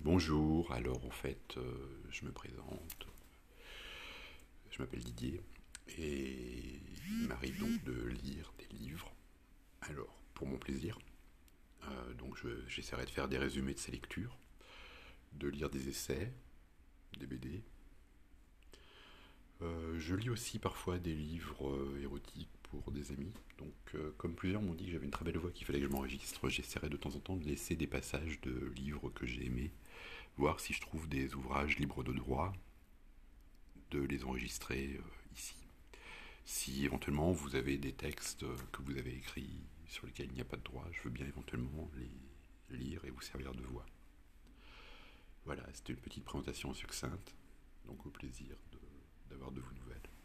Bonjour, alors en fait, je me présente, je m'appelle Didier et il m'arrive donc de lire des livres, alors pour mon plaisir. J'essaierai de faire des résumés de ces lectures, de lire des essais, des BD. Je lis aussi parfois des livres érotiques pour des amis. Comme plusieurs m'ont dit que j'avais une très belle voix qu'il fallait que je m'enregistre, j'essaierai de temps en temps de laisser des passages de livres que j'ai aimés, voir si je trouve des ouvrages libres de droit, de les enregistrer ici. Si éventuellement vous avez des textes que vous avez écrits sur lesquels il n'y a pas de droit, je veux bien éventuellement les lire et vous servir de voix. Voilà, c'était une petite présentation succincte, donc au plaisir d'avoir de vos nouvelles.